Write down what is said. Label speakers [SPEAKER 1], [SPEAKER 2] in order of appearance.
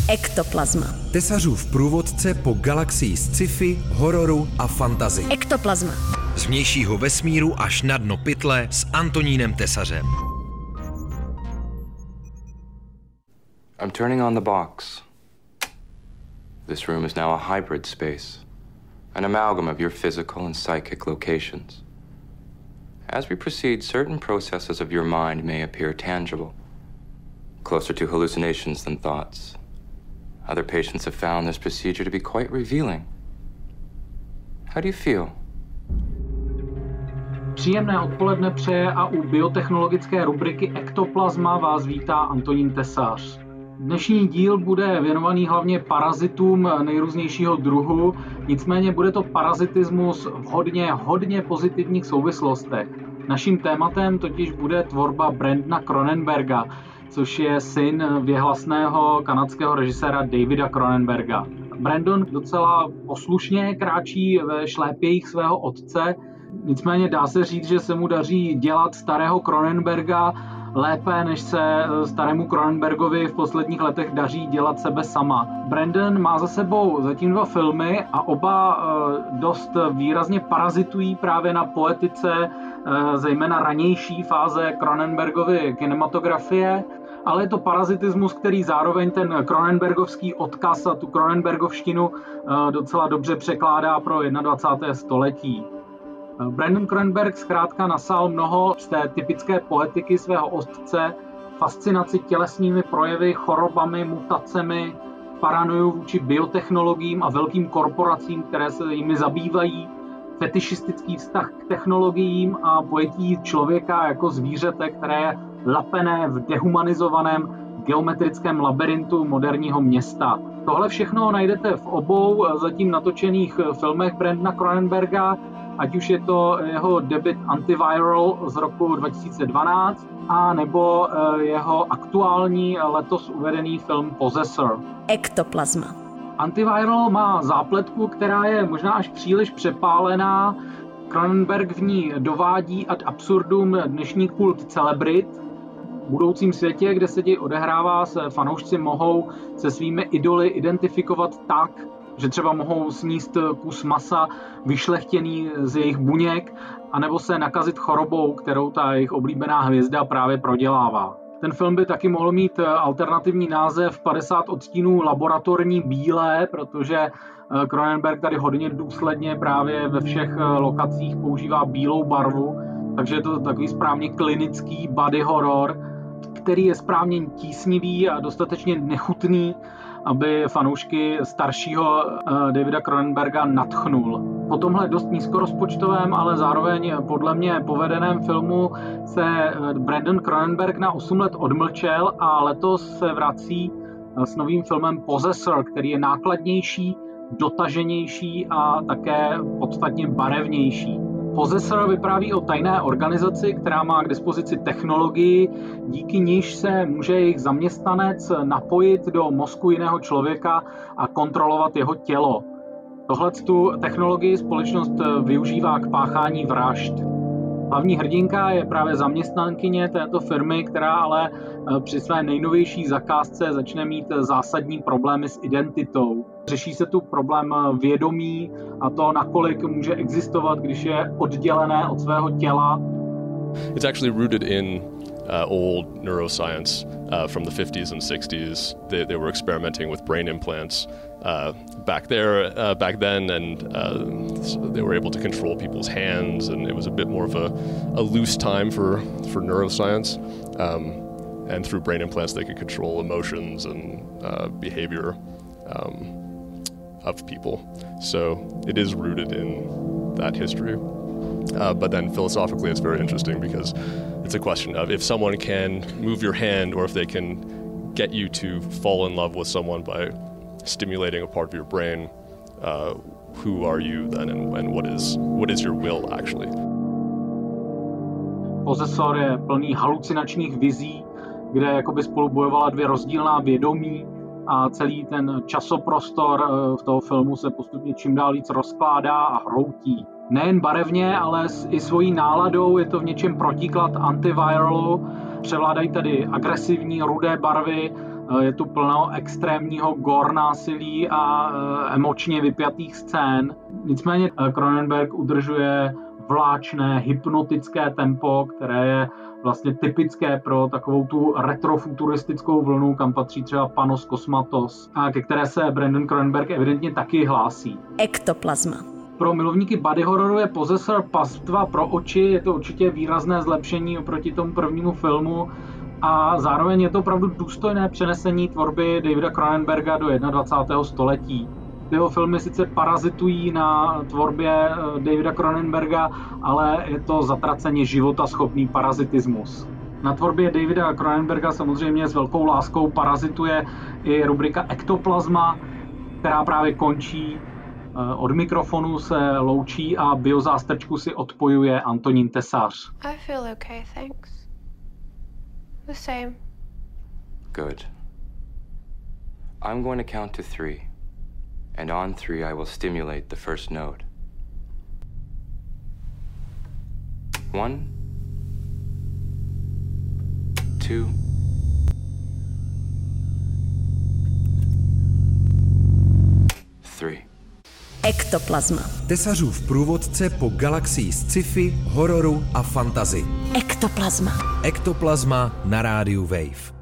[SPEAKER 1] Ektoplazma.
[SPEAKER 2] Tesařův průvodce po galaxii sci-fi, hororu a fantasy.
[SPEAKER 1] Ektoplazma.
[SPEAKER 2] Z vnějšího vesmíru až na dno pytle s Antonínem Tesařem.
[SPEAKER 3] I'm turning on the box. This room is now a hybrid space, an amalgam of your physical and psychic locations. As we proceed, certain processes of your mind may appear tangible, closer to hallucinations than thoughts. Other patients have found this procedure to be quite revealing. How do you feel?
[SPEAKER 4] Příjemné odpoledne přeje a u biotechnologické rubriky Ektoplazma vás vítá Antonín Tesař. Dnešní díl bude věnovaný hlavně parazitům nejrůznějšího druhu, nicméně bude to parazitismus v hodně pozitivních souvislostech. Naším tématem totiž bude tvorba Brandona Cronenberga, což je syn věhlasného kanadského režiséra Davida Cronenberga. Brandon docela poslušně kráčí ve šlépějích svého otce, nicméně dá se říct, že se mu daří dělat starého Cronenberga lépe, než se starému Cronenbergovi v posledních letech daří dělat sebe sama. Brandon má za sebou zatím 2 filmy a oba dost výrazně parazitují právě na poetice, zejména ranější fáze Cronenbergovy kinematografie, ale je to parazitismus, který zároveň ten Cronenbergovský odkaz a tu Cronenbergovštinu docela dobře překládá pro 21. století. Brandon Cronenberg zkrátka nasál mnoho z té typické poetiky svého otce, fascinaci tělesnými projevy, chorobami, mutacemi, paranoju vůči biotechnologiím a velkým korporacím, které se jimi zabývají, fetišistický vztah k technologiím a pojetí člověka jako zvířete, které je lapené v dehumanizovaném geometrickém labirintu moderního města. Tohle všechno najdete v obou zatím natočených filmech Brandona Cronenberga, ať už je to jeho debut Antiviral z roku 2012, a nebo jeho aktuální letos uvedený film Possessor.
[SPEAKER 1] Ektoplazma.
[SPEAKER 4] Antiviral má zápletku, která je možná až příliš přepálená. Cronenberg v ní dovádí ad absurdum dnešní kult celebrit. V budoucím světě, kde se děj odehrává, se fanoušci mohou se svými idoly identifikovat tak, že třeba mohou sníst kus masa vyšlechtěný z jejich buněk, anebo se nakazit chorobou, kterou ta jejich oblíbená hvězda právě prodělává. Ten film by taky mohl mít alternativní název 50 odstínů laboratorní bílé, protože Cronenberg tady hodně důsledně právě ve všech lokacích používá bílou barvu, takže je to takový správně klinický body horror, který je správně tísnivý a dostatečně nechutný, aby fanoušky staršího Davida Cronenberga nadchnul. Po tomhle dost nízkorozpočtovém, ale zároveň podle mě povedeném filmu se Brandon Cronenberg na 8 let odmlčel a letos se vrací s novým filmem Possessor, který je nákladnější, dotaženější a také podstatně barevnější. Possessor vypráví o tajné organizaci, která má k dispozici technologii, díky níž se může jejich zaměstnanec napojit do mozku jiného člověka a kontrolovat jeho tělo. Tohletu technologii společnost využívá k páchání vražd. Hlavní hrdinka je právě zaměstnankyně této firmy, která ale při své nejnovější zakázce začne mít zásadní problémy s identitou. Řeší se tu problém vědomí a to, nakolik může existovat, když je oddělené od svého těla.
[SPEAKER 5] It's actually rooted in old neuroscience from the 50s and 60s. They were experimenting with brain implants back then, and they were able to control people's hands, and it was a bit more of a loose time for neuroscience. And through brain implants, they could control emotions and behavior of people. So it is rooted in that history. But then philosophically, it's very interesting because it's a question of if someone can move your hand or if they can get you to fall in love with someone by stimulating a part of your brain, who are you then and what is your will actually?
[SPEAKER 4] Possessor je plný halucinačních vizí, kde jakoby spolu bojovala 2 rozdílná vědomí a celý ten časoprostor v toho filmu se postupně čím dál víc rozkládá a hroutí. Nejen barevně, ale i svojí náladou je to v něčem protiklad Antiviralu. Převládají tady agresivní rudé barvy, Je tu plno extrémního gore násilí a emočně vypjatých scén. Nicméně Cronenberg udržuje vláčné, hypnotické tempo, které je vlastně typické pro takovou tu retrofuturistickou vlnu, kam patří třeba Panos Cosmatos, a ke které se Brandon Cronenberg evidentně taky hlásí.
[SPEAKER 1] Ektoplazma.
[SPEAKER 4] Pro milovníky body hororu je Possessor pastva pro oči, je to určitě výrazné zlepšení oproti tomu prvnímu filmu a zároveň je to opravdu důstojné přenesení tvorby Davida Cronenberga do 21. století. Jeho filmy sice parazitují na tvorbě Davida Cronenberga, ale je to zatraceně životaschopný parazitismus. Na tvorbě Davida Cronenberga samozřejmě s velkou láskou parazituje i rubrika Ektoplazma, která právě končí. Od mikrofonu se loučí a biozástrčku si odpojuje Antonín Tesař.
[SPEAKER 6] I feel okay, thanks. The same.
[SPEAKER 3] Good. I'm going to count to 3. And on 3, I will stimulate the first node. 1, 2, 3.
[SPEAKER 1] Ektoplazma.
[SPEAKER 2] Tesařův průvodce po galaxii sci-fi, hororu a fantasy.
[SPEAKER 1] Ektoplazma.
[SPEAKER 2] Ektoplazma na rádiu Wave.